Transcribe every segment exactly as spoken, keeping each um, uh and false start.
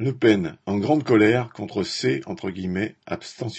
Le Pen en grande colère contre ses « abstentionnistes ».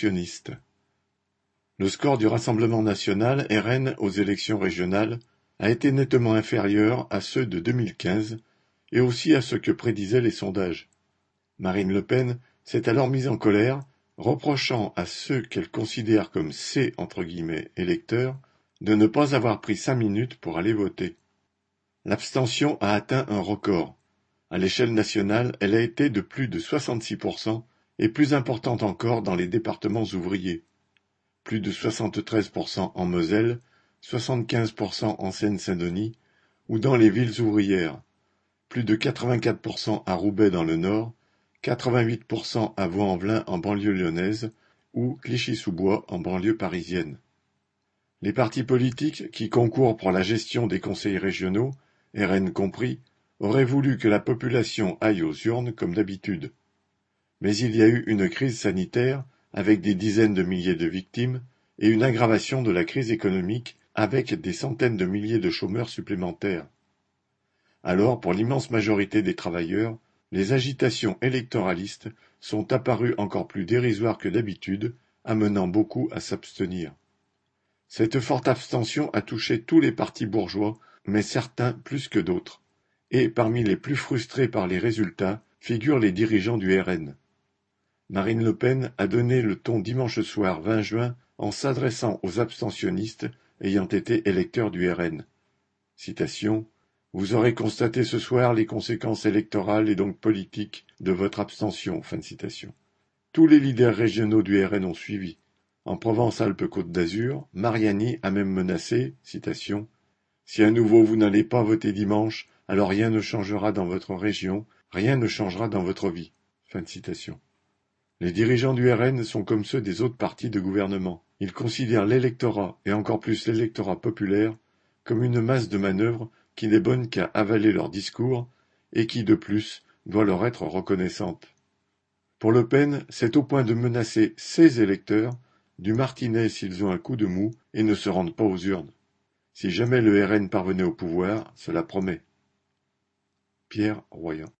Le score du Rassemblement national R N aux élections régionales a été nettement inférieur à ceux de deux mille quinze et aussi à ce que prédisaient les sondages. Marine Le Pen s'est alors mise en colère, reprochant à ceux qu'elle considère comme ses « électeurs » de ne pas avoir pris cinq minutes pour aller voter. L'abstention a atteint un record. À l'échelle nationale, elle a été de plus de soixante-six pour cent et plus importante encore dans les départements ouvriers. Plus de soixante-treize pour cent en Moselle, soixante-quinze pour cent en Seine-Saint-Denis ou dans les villes ouvrières. Plus de quatre-vingt-quatre pour cent à Roubaix dans le Nord, quatre-vingt-huit pour cent à Vaux-en-Velin en banlieue lyonnaise ou Clichy-sous-Bois en banlieue parisienne. Les partis politiques qui concourent pour la gestion des conseils régionaux, R N compris, auraient voulu que la population aille aux urnes comme d'habitude. Mais il y a eu une crise sanitaire avec des dizaines de milliers de victimes et une aggravation de la crise économique avec des centaines de milliers de chômeurs supplémentaires. Alors, pour l'immense majorité des travailleurs, les agitations électoralistes sont apparues encore plus dérisoires que d'habitude, amenant beaucoup à s'abstenir. Cette forte abstention a touché tous les partis bourgeois, mais certains plus que d'autres. Et parmi les plus frustrés par les résultats figurent les dirigeants du R N. Marine Le Pen a donné le ton dimanche soir vingt juin en s'adressant aux abstentionnistes ayant été électeurs du R N. Citation : « Vous aurez constaté ce soir les conséquences électorales et donc politiques de votre abstention. » Fin de citation. Tous les leaders régionaux du R N ont suivi. En Provence-Alpes-Côte d'Azur, Mariani a même menacé, citation, « Si à nouveau vous n'allez pas voter dimanche, alors rien ne changera dans votre région, rien ne changera dans votre vie. » Fin de citation. Les dirigeants du R N sont comme ceux des autres partis de gouvernement. Ils considèrent l'électorat, et encore plus l'électorat populaire, comme une masse de manœuvre qui n'est bonne qu'à avaler leurs discours, et qui, de plus, doit leur être reconnaissante. Pour Le Pen, c'est au point de menacer ses électeurs, du martinet s'ils ont un coup de mou et ne se rendent pas aux urnes. Si jamais le R N parvenait au pouvoir, cela promet. Pierre Royan.